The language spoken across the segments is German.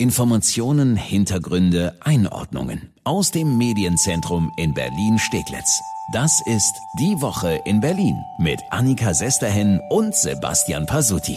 Informationen, Hintergründe, Einordnungen aus dem Medienzentrum in Berlin-Steglitz. Das ist Die Woche in Berlin mit Annika Sesterhen und Sebastian Pasuti.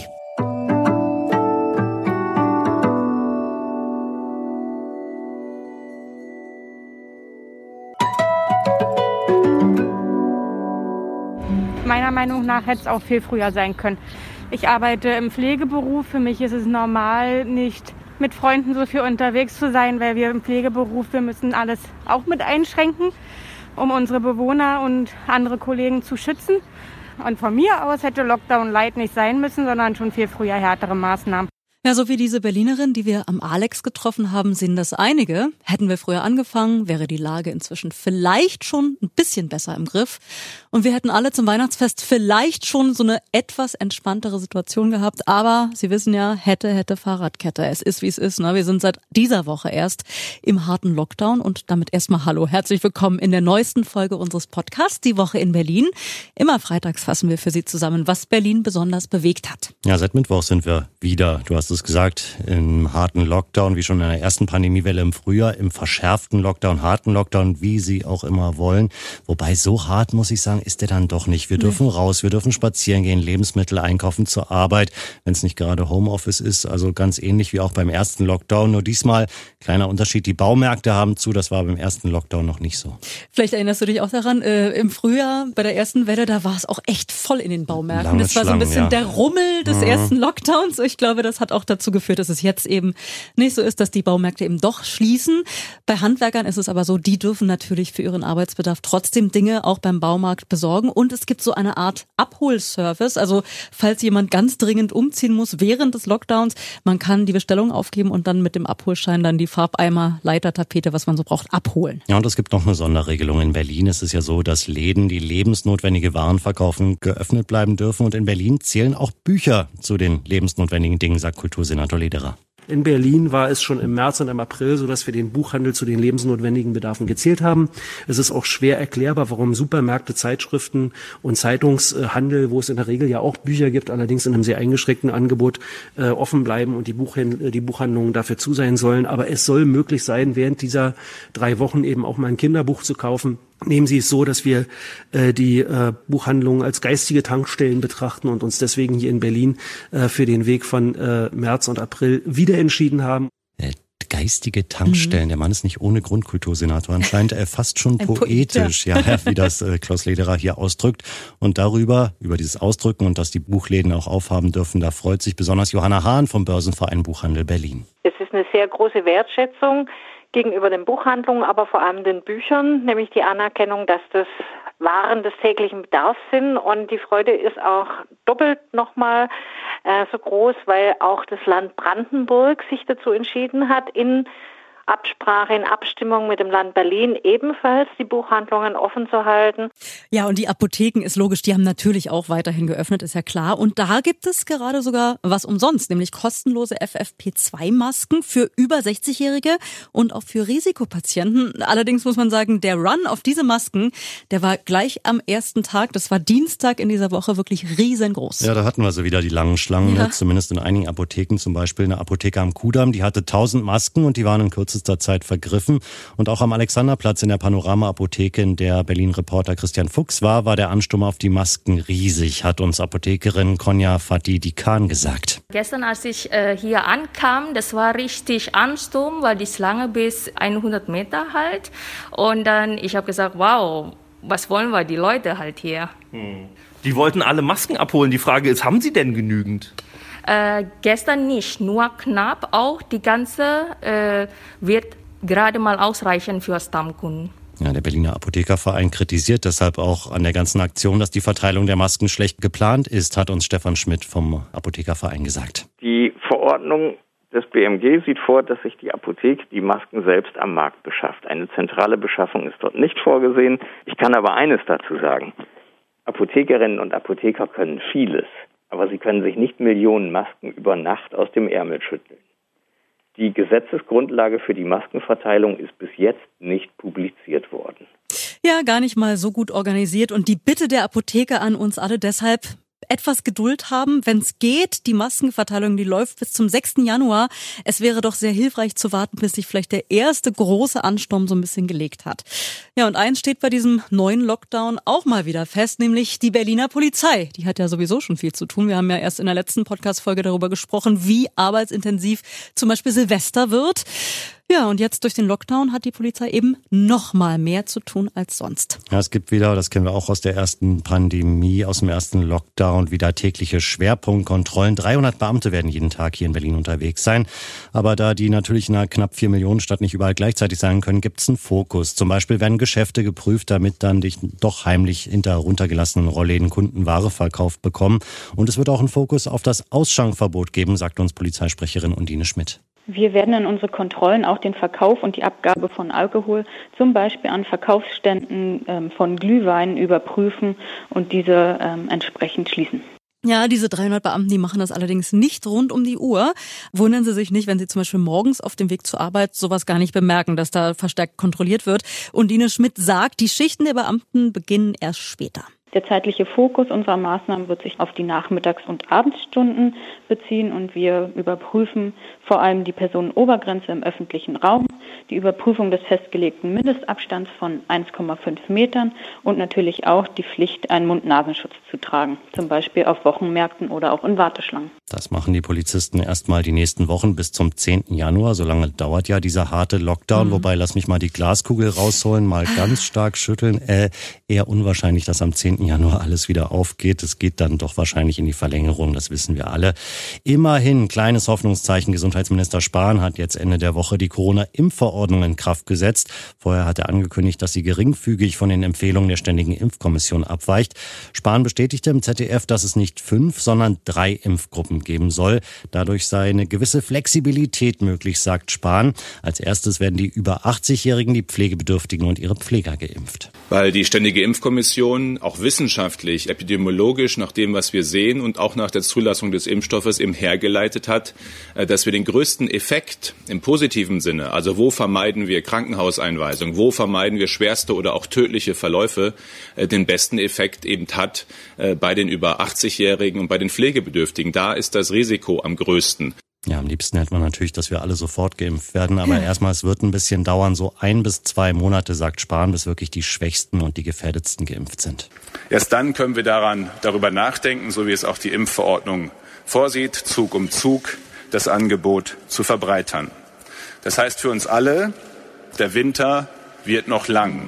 Meiner Meinung nach hätte es auch viel früher sein können. Ich arbeite im Pflegeberuf. Für mich ist es normal, nicht mit Freunden so viel unterwegs zu sein, weil wir im Pflegeberuf, wir müssen alles auch mit einschränken, um unsere Bewohner und andere Kollegen zu schützen. Und von mir aus hätte Lockdown Light nicht sein müssen, sondern schon viel früher härtere Maßnahmen. Ja, so wie diese Berlinerin, die wir am Alex getroffen haben, sehen das einige. Hätten wir früher angefangen, wäre die Lage inzwischen vielleicht schon ein bisschen besser im Griff. Und wir hätten alle zum Weihnachtsfest vielleicht schon so eine etwas entspanntere Situation gehabt. Aber Sie wissen ja, hätte Fahrradkette. Es ist, wie es ist. Ne? Wir sind seit dieser Woche erst im harten Lockdown. Und damit erstmal hallo, herzlich willkommen in der neuesten Folge unseres Podcasts, Die Woche in Berlin. Immer freitags fassen wir für Sie zusammen, was Berlin besonders bewegt hat. Ja, seit Mittwoch sind wir wieder, du hast es gesagt, im harten Lockdown, wie schon in der ersten Pandemiewelle im Frühjahr, im verschärften Lockdown, harten Lockdown, wie Sie auch immer wollen. Wobei so hart, muss ich sagen, ist der dann doch nicht. Wir dürfen raus, wir dürfen spazieren gehen, Lebensmittel einkaufen zur Arbeit, wenn es nicht gerade Homeoffice ist. Also ganz ähnlich wie auch beim ersten Lockdown. Nur diesmal, kleiner Unterschied, die Baumärkte haben zu, das war beim ersten Lockdown noch nicht so. Vielleicht erinnerst du dich auch daran, im Frühjahr bei der ersten Welle, da war es auch echt voll in den Baumärkten. Das war so ein bisschen der Rummel des ersten Lockdowns. Ich glaube, das hat auch dazu geführt, dass es jetzt eben nicht so ist, dass die Baumärkte eben doch schließen. Bei Handwerkern ist es aber so, die dürfen natürlich für ihren Arbeitsbedarf trotzdem Dinge auch beim Baumarkt besorgen. Und es gibt so eine Art Abholservice. Also falls jemand ganz dringend umziehen muss während des Lockdowns, man kann die Bestellung aufgeben und dann mit dem Abholschein dann die Farbeimer, Leiter, Tapete, was man so braucht, abholen. Ja, und es gibt noch eine Sonderregelung. In Berlin ist es ja so, dass Läden, die lebensnotwendige Waren verkaufen, geöffnet bleiben dürfen. Und in Berlin zählen auch Bücher zu den lebensnotwendigen Dingen, sagt Kultursenator Lederer. In Berlin war es schon im März und im April so, dass wir den Buchhandel zu den lebensnotwendigen Bedarfen gezählt haben. Es ist auch schwer erklärbar, warum Supermärkte, Zeitschriften und Zeitungshandel, wo es in der Regel ja auch Bücher gibt, allerdings in einem sehr eingeschränkten Angebot offen bleiben und die Buchhandlungen dafür zu sein sollen. Aber es soll möglich sein, während dieser 3 Wochen eben auch mal ein Kinderbuch zu kaufen. Nehmen Sie es so, dass wir die Buchhandlungen als geistige Tankstellen betrachten und uns deswegen hier in Berlin für den Weg von März und April wieder entschieden haben. Geistige Tankstellen. Der Mann ist nicht ohne Grund Kultursenator. Anscheinend fast schon poetisch, ja, wie das Klaus Lederer hier ausdrückt. Und über dieses Ausdrücken und dass die Buchläden auch aufhaben dürfen, da freut sich besonders Johanna Hahn vom Börsenverein Buchhandel Berlin. Es ist eine sehr große Wertschätzung gegenüber den Buchhandlungen, aber vor allem den Büchern, nämlich die Anerkennung, dass das Waren des täglichen Bedarfs sind. Und die Freude ist auch doppelt nochmal so groß, weil auch das Land Brandenburg sich dazu entschieden hat, in Absprache, in Abstimmung mit dem Land Berlin ebenfalls die Buchhandlungen offen zu halten. Ja, und die Apotheken ist logisch, die haben natürlich auch weiterhin geöffnet, ist ja klar. Und da gibt es gerade sogar was umsonst, nämlich kostenlose FFP2-Masken für über 60-Jährige und auch für Risikopatienten. Allerdings muss man sagen, der Run auf diese Masken, der war gleich am ersten Tag, das war Dienstag in dieser Woche, wirklich riesengroß. Ja, da hatten wir so wieder die langen Schlangen, ja. Zumindest in einigen Apotheken, zum Beispiel eine Apotheke am Kudamm, die hatte 1000 Masken und die waren in kürzester Zeit vergriffen. Und auch am Alexanderplatz in der Panorama-Apotheke, in der Berlin-Reporter Christian Fuchs war der Ansturm auf die Masken riesig, hat uns Apothekerin Konja Fatih-Dikan gesagt. Gestern, als ich hier ankam, das war richtig Ansturm, weil die Schlange bis 100 Meter halt. Und dann, ich habe gesagt, wow, was wollen wir, die Leute halt hier? Die wollten alle Masken abholen. Die Frage ist, haben sie denn genügend? Gestern nicht, nur knapp. Auch die ganze wird gerade mal ausreichen für Stammkunden. Ja, der Berliner Apothekerverein kritisiert deshalb auch an der ganzen Aktion, dass die Verteilung der Masken schlecht geplant ist, hat uns Stefan Schmidt vom Apothekerverein gesagt. Die Verordnung des BMG sieht vor, dass sich die Apotheke die Masken selbst am Markt beschafft. Eine zentrale Beschaffung ist dort nicht vorgesehen. Ich kann aber eines dazu sagen. Apothekerinnen und Apotheker können vieles. Aber sie können sich nicht Millionen Masken über Nacht aus dem Ärmel schütteln. Die Gesetzesgrundlage für die Maskenverteilung ist bis jetzt nicht publiziert worden. Ja, gar nicht mal so gut organisiert. Und die Bitte der Apotheker an uns alle deshalb: etwas Geduld haben, wenn es geht. Die Maskenverteilung, die läuft bis zum 6. Januar. Es wäre doch sehr hilfreich zu warten, bis sich vielleicht der erste große Ansturm so ein bisschen gelegt hat. Ja, und eins steht bei diesem neuen Lockdown auch mal wieder fest, nämlich die Berliner Polizei. Die hat ja sowieso schon viel zu tun. Wir haben ja erst in der letzten Podcast-Folge darüber gesprochen, wie arbeitsintensiv zum Beispiel Silvester wird. Ja, und jetzt durch den Lockdown hat die Polizei eben noch mal mehr zu tun als sonst. Ja, es gibt wieder, das kennen wir auch aus der ersten Pandemie, aus dem ersten Lockdown, wieder tägliche Schwerpunktkontrollen. 300 Beamte werden jeden Tag hier in Berlin unterwegs sein. Aber da die natürlich in einer knapp 4 Millionen Stadt nicht überall gleichzeitig sein können, gibt es einen Fokus. Zum Beispiel werden Geschäfte geprüft, damit dann doch heimlich hinter runtergelassenen Rollläden Kunden Ware verkauft bekommen. Und es wird auch einen Fokus auf das Ausschankverbot geben, sagt uns Polizeisprecherin Undine Schmidt. Wir werden in unsere Kontrollen auch den Verkauf und die Abgabe von Alkohol, zum Beispiel an Verkaufsständen von Glühwein, überprüfen und diese entsprechend schließen. Ja, diese 300 Beamten, die machen das allerdings nicht rund um die Uhr. Wundern Sie sich nicht, wenn Sie zum Beispiel morgens auf dem Weg zur Arbeit sowas gar nicht bemerken, dass da verstärkt kontrolliert wird. Undine Schmidt sagt, die Schichten der Beamten beginnen erst später. Der zeitliche Fokus unserer Maßnahmen wird sich auf die Nachmittags- und Abendstunden beziehen und wir überprüfen vor allem die Personenobergrenze im öffentlichen Raum, die Überprüfung des festgelegten Mindestabstands von 1,5 Metern und natürlich auch die Pflicht, einen Mund-Nasenschutz zu tragen, zum Beispiel auf Wochenmärkten oder auch in Warteschlangen. Das machen die Polizisten erstmal die nächsten Wochen bis zum 10. Januar. So lange dauert ja dieser harte Lockdown. Wobei, lass mich mal die Glaskugel rausholen, mal ganz stark schütteln. Eher unwahrscheinlich, dass am 10. Januar alles wieder aufgeht. Es geht dann doch wahrscheinlich in die Verlängerung, das wissen wir alle. Immerhin, kleines Hoffnungszeichen, Gesundheitsminister Spahn hat jetzt Ende der Woche die Corona-Impfverordnung in Kraft gesetzt. Vorher hat er angekündigt, dass sie geringfügig von den Empfehlungen der Ständigen Impfkommission abweicht. Spahn bestätigte im ZDF, dass es nicht 5, sondern 3 Impfgruppen geben soll. Dadurch sei eine gewisse Flexibilität möglich, sagt Spahn. Als erstes werden die über 80-Jährigen, die Pflegebedürftigen und ihre Pfleger geimpft. Weil die Ständige Impfkommission auch wissenschaftlich, epidemiologisch nach dem, was wir sehen und auch nach der Zulassung des Impfstoffes eben hergeleitet hat, dass wir den größten Effekt im positiven Sinne, also wo vermeiden wir Krankenhauseinweisung, wo vermeiden wir schwerste oder auch tödliche Verläufe, den besten Effekt eben hat bei den über 80-Jährigen und bei den Pflegebedürftigen. Da ist das Risiko am größten. Ja, am liebsten hätte man natürlich, dass wir alle sofort geimpft werden. Aber erstmal, es wird ein bisschen dauern, so 1 bis 2 Monate, sagt Spahn, bis wirklich die Schwächsten und die Gefährdetsten geimpft sind. Erst dann können wir darüber nachdenken, so wie es auch die Impfverordnung vorsieht, Zug um Zug das Angebot zu verbreitern. Das heißt für uns alle, der Winter wird noch lang.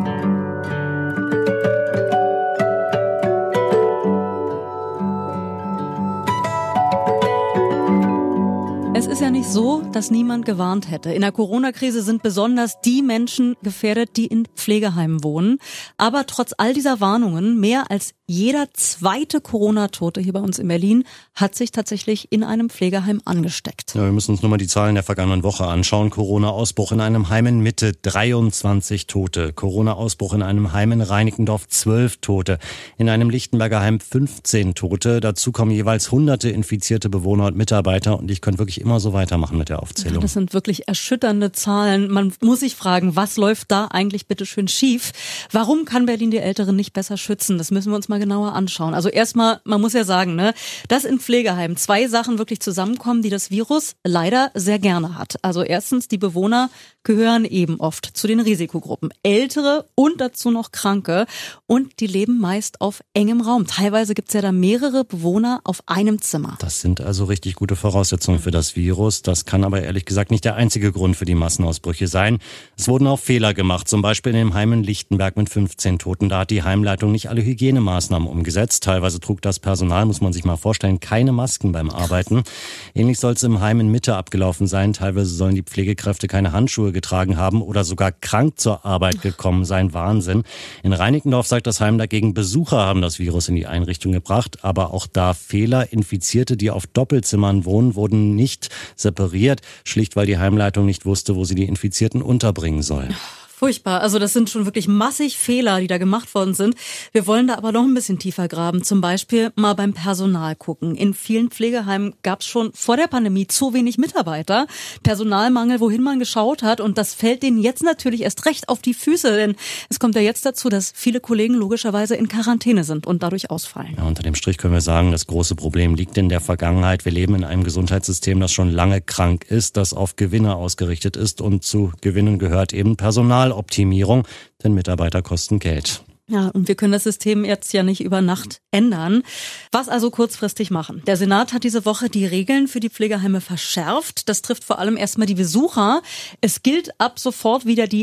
Es ist ja nicht so, dass niemand gewarnt hätte. In der Corona-Krise sind besonders die Menschen gefährdet, die in Pflegeheimen wohnen. Aber trotz all dieser Warnungen, mehr als jeder zweite Corona-Tote hier bei uns in Berlin hat sich tatsächlich in einem Pflegeheim angesteckt. Ja, wir müssen uns nur mal die Zahlen der vergangenen Woche anschauen. Corona-Ausbruch in einem Heim in Mitte, 23 Tote. Corona-Ausbruch in einem Heim in Reinickendorf, 12 Tote. In einem Lichtenberger Heim 15 Tote. Dazu kommen jeweils hunderte infizierte Bewohner und Mitarbeiter. Und ich könnte wirklich immer so weitermachen mit der Aufzählung. Ja, das sind wirklich erschütternde Zahlen. Man muss sich fragen, was läuft da eigentlich bitte schön schief? Warum kann Berlin die Älteren nicht besser schützen? Das müssen wir uns mal genauer anschauen. Also erstmal, man muss ja sagen, dass in Pflegeheimen 2 Sachen wirklich zusammenkommen, die das Virus leider sehr gerne hat. Also erstens, die Bewohner gehören eben oft zu den Risikogruppen. Ältere und dazu noch Kranke. Und die leben meist auf engem Raum. Teilweise gibt es ja da mehrere Bewohner auf einem Zimmer. Das sind also richtig gute Voraussetzungen für das Virus. Das kann aber ehrlich gesagt nicht der einzige Grund für die Massenausbrüche sein. Es wurden auch Fehler gemacht, zum Beispiel in dem Heim in Lichtenberg mit 15 Toten. Da hat die Heimleitung nicht alle Hygienemaßnahmen umgesetzt. Teilweise trug das Personal, muss man sich mal vorstellen, keine Masken beim Arbeiten. Ähnlich soll es im Heim in Mitte abgelaufen sein. Teilweise sollen die Pflegekräfte keine Handschuhe getragen haben oder sogar krank zur Arbeit gekommen sein. Wahnsinn. In Reinickendorf sagt das Heim dagegen, Besucher haben das Virus in die Einrichtung gebracht. Aber auch da Fehler. Infizierte, die auf Doppelzimmern wohnen, wurden nicht separiert. Schlicht, weil die Heimleitung nicht wusste, wo sie die Infizierten unterbringen soll. Furchtbar. Also das sind schon wirklich massig Fehler, die da gemacht worden sind. Wir wollen da aber noch ein bisschen tiefer graben. Zum Beispiel mal beim Personal gucken. In vielen Pflegeheimen gab es schon vor der Pandemie zu wenig Mitarbeiter. Personalmangel, wohin man geschaut hat. Und das fällt denen jetzt natürlich erst recht auf die Füße. Denn es kommt ja jetzt dazu, dass viele Kollegen logischerweise in Quarantäne sind und dadurch ausfallen. Ja, unter dem Strich können wir sagen, das große Problem liegt in der Vergangenheit. Wir leben in einem Gesundheitssystem, das schon lange krank ist, das auf Gewinne ausgerichtet ist. Und zu Gewinnen gehört eben Personaloptimierung, denn Mitarbeiter kosten Geld. Ja, und wir können das System jetzt ja nicht über Nacht ändern. Was also kurzfristig machen? Der Senat hat diese Woche die Regeln für die Pflegeheime verschärft. Das trifft vor allem erstmal die Besucher. Es gilt ab sofort wieder die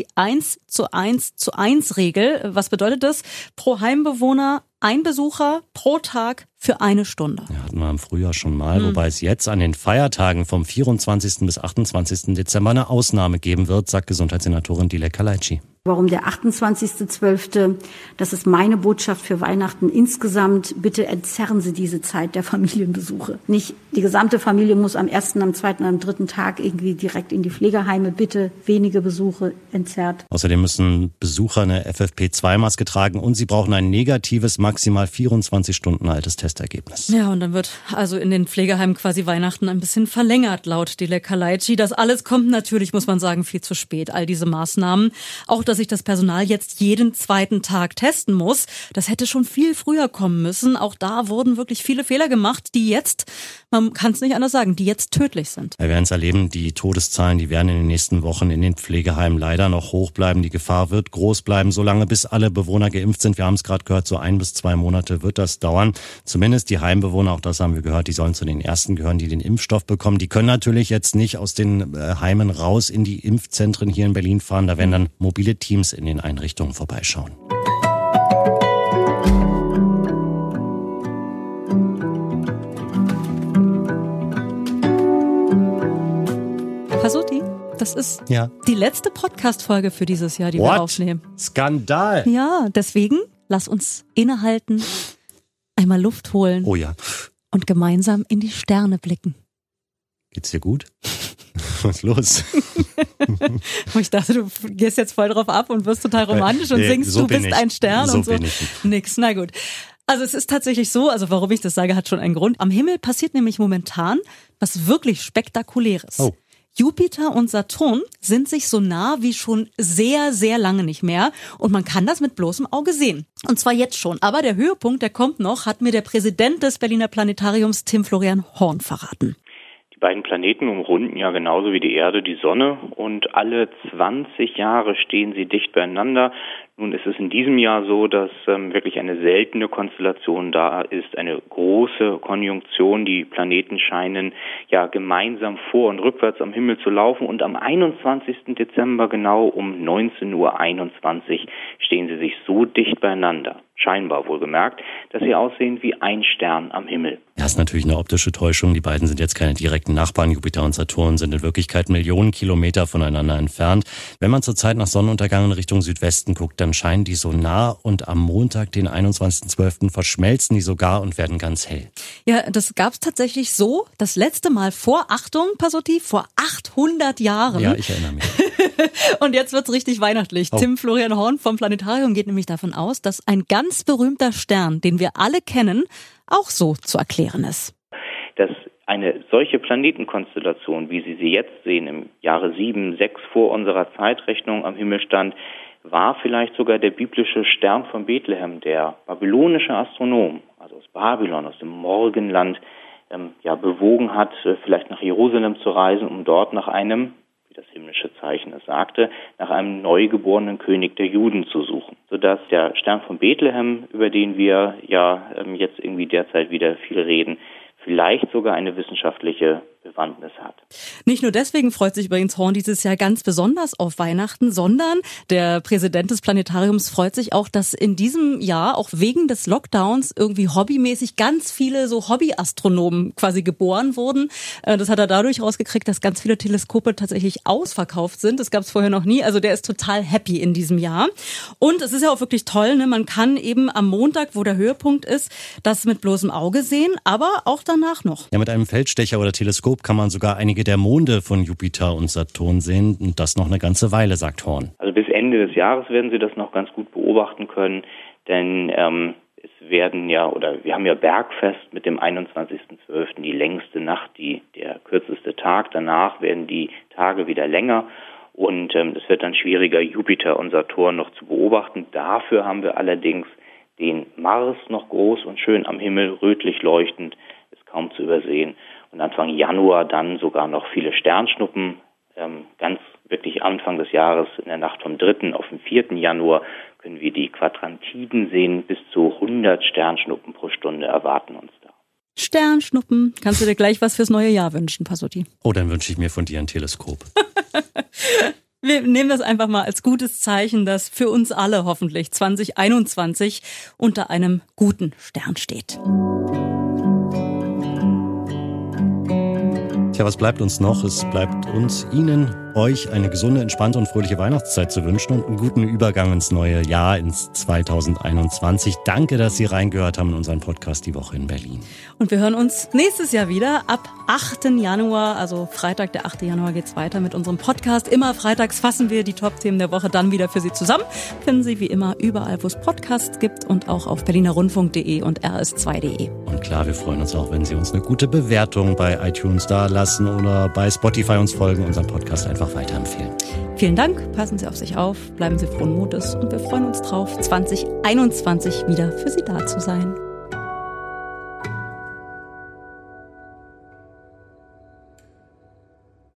1:1:1 Regel. Was bedeutet das? Pro Heimbewohner ein Besucher pro Tag für 1 Stunde. Ja, hatten wir im Frühjahr schon mal, wobei es jetzt an den Feiertagen vom 24. bis 28. Dezember eine Ausnahme geben wird, sagt Gesundheitssenatorin Dilek Kalaitschi. Warum der 28.12.? Das ist meine Botschaft für Weihnachten insgesamt. Bitte entzerren Sie diese Zeit der Familienbesuche. Nicht die gesamte Familie muss am 1., am 2., am 3. Tag irgendwie direkt in die Pflegeheime. Bitte wenige Besuche entzerrt. Außerdem müssen Besucher eine FFP2-Maske tragen und sie brauchen ein negatives, maximal 24 Stunden altes Testergebnis. Ja, und dann wird also in den Pflegeheimen quasi Weihnachten ein bisschen verlängert, laut Dilek Kalaitschi. Das alles kommt natürlich, muss man sagen, viel zu spät, all diese Maßnahmen. Auch dass sich das Personal jetzt jeden 2. Tag testen muss. Das hätte schon viel früher kommen müssen. Auch da wurden wirklich viele Fehler gemacht, die jetzt, man kann es nicht anders sagen, die jetzt tödlich sind. Wir werden es erleben, die Todeszahlen, die werden in den nächsten Wochen in den Pflegeheimen leider noch hoch bleiben. Die Gefahr wird groß bleiben, solange bis alle Bewohner geimpft sind. Wir haben es gerade gehört, so 1 bis 2 Monate wird das dauern. Zumindest die Heimbewohner, auch das haben wir gehört, die sollen zu den Ersten gehören, die den Impfstoff bekommen. Die können natürlich jetzt nicht aus den Heimen raus in die Impfzentren hier in Berlin fahren. Da werden dann mobile Teams in den Einrichtungen vorbeischauen. Pasuti, das ist die letzte Podcast-Folge für dieses Jahr, die wir aufnehmen. Skandal! Ja, deswegen lass uns innehalten, einmal Luft holen und gemeinsam in die Sterne blicken. Geht's dir gut? Was ist los? Ich dachte, du gehst jetzt voll drauf ab und wirst total romantisch und singst, du bist ein Stern und so. Nix, na gut. Also es ist tatsächlich so, also warum ich das sage, hat schon einen Grund. Am Himmel passiert nämlich momentan was wirklich Spektakuläres. Oh. Jupiter und Saturn sind sich so nah wie schon sehr, sehr lange nicht mehr. Und man kann das mit bloßem Auge sehen. Und zwar jetzt schon. Aber der Höhepunkt, der kommt noch, hat mir der Präsident des Berliner Planetariums, Tim Florian Horn, verraten. Die beiden Planeten umrunden ja genauso wie die Erde die Sonne und alle 20 Jahre stehen sie dicht beieinander. Nun ist es in diesem Jahr so, dass wirklich eine seltene Konstellation da ist, eine große Konjunktion. Die Planeten scheinen ja gemeinsam vor- und rückwärts am Himmel zu laufen und am 21. Dezember genau um 19:21 Uhr stehen sie sich so dicht beieinander. Scheinbar wohlgemerkt, dass sie aussehen wie ein Stern am Himmel. Ja, ist natürlich eine optische Täuschung. Die beiden sind jetzt keine direkten Nachbarn. Jupiter und Saturn sind in Wirklichkeit Millionen Kilometer voneinander entfernt. Wenn man zurzeit nach Sonnenuntergang in Richtung Südwesten guckt, dann scheinen die so nah und am Montag, den 21.12., verschmelzen die sogar und werden ganz hell. Ja, das gab's tatsächlich so das letzte Mal vor 800 Jahren. Ja, ich erinnere mich. Und jetzt wird's richtig weihnachtlich. Oh. Tim Florian Horn vom Planetarium geht nämlich davon aus, dass ein ganz berühmter Stern, den wir alle kennen, auch so zu erklären ist. Dass eine solche Planetenkonstellation, wie Sie sie jetzt sehen, im Jahre 7, 6 vor unserer Zeitrechnung am Himmel stand, war vielleicht sogar der biblische Stern von Bethlehem, der babylonische Astronom, also aus Babylon, aus dem Morgenland, bewogen hat, vielleicht nach Jerusalem zu reisen, um dort nach einem, wie das himmlische Zeichen es sagte, nach einem neugeborenen König der Juden zu suchen. Sodass der Stern von Bethlehem, über den wir jetzt irgendwie derzeit wieder viel reden, vielleicht sogar eine wissenschaftliche Bewandtnis hat. Nicht nur deswegen freut sich übrigens Horn dieses Jahr ganz besonders auf Weihnachten, sondern der Präsident des Planetariums freut sich auch, dass in diesem Jahr auch wegen des Lockdowns irgendwie hobbymäßig ganz viele so Hobbyastronomen quasi geboren wurden. Das hat er dadurch rausgekriegt, dass ganz viele Teleskope tatsächlich ausverkauft sind. Das gab es vorher noch nie. Also der ist total happy in diesem Jahr. Und es ist ja auch wirklich toll, ne? Man kann eben am Montag, wo der Höhepunkt ist, das mit bloßem Auge sehen, aber auch danach noch. Ja, mit einem Feldstecher oder Teleskop kann man sogar einige der Monde von Jupiter und Saturn sehen und das noch eine ganze Weile, sagt Horn. Also bis Ende des Jahres werden Sie das noch ganz gut beobachten können, denn wir haben ja Bergfest mit dem 21.12., die längste Nacht, der kürzeste Tag. Danach werden die Tage wieder länger und es wird dann schwieriger, Jupiter und Saturn noch zu beobachten. Dafür haben wir allerdings den Mars noch groß und schön am Himmel, rötlich leuchtend, ist kaum zu übersehen. Und Anfang Januar dann sogar noch viele Sternschnuppen, ganz wirklich Anfang des Jahres, in der Nacht vom 3. auf den 4. Januar, können wir die Quadrantiden sehen. Bis zu 100 Sternschnuppen pro Stunde erwarten uns da. Sternschnuppen. Kannst du dir gleich was fürs neue Jahr wünschen, Passotti? Oh, dann wünsche ich mir von dir ein Teleskop. Wir nehmen das einfach mal als gutes Zeichen, dass für uns alle hoffentlich 2021 unter einem guten Stern steht. Tja, was bleibt uns noch? Es bleibt uns, Ihnen, euch eine gesunde, entspannte und fröhliche Weihnachtszeit zu wünschen und einen guten Übergang ins neue Jahr, ins 2021. Danke, dass Sie reingehört haben in unseren Podcast Die Woche in Berlin. Und wir hören uns nächstes Jahr wieder ab 8. Januar, also Freitag, der 8. Januar geht's weiter mit unserem Podcast. Immer freitags fassen wir die Top-Themen der Woche dann wieder für Sie zusammen. Finden Sie wie immer überall, wo es Podcasts gibt und auch auf berlinerrundfunk.de und rs2.de. Und klar, wir freuen uns auch, wenn Sie uns eine gute Bewertung bei iTunes da lassen oder bei Spotify uns folgen, unseren Podcast einfach weiterempfehlen. Vielen Dank, passen Sie auf sich auf, bleiben Sie frohen Mutes und wir freuen uns drauf, 2021 wieder für Sie da zu sein.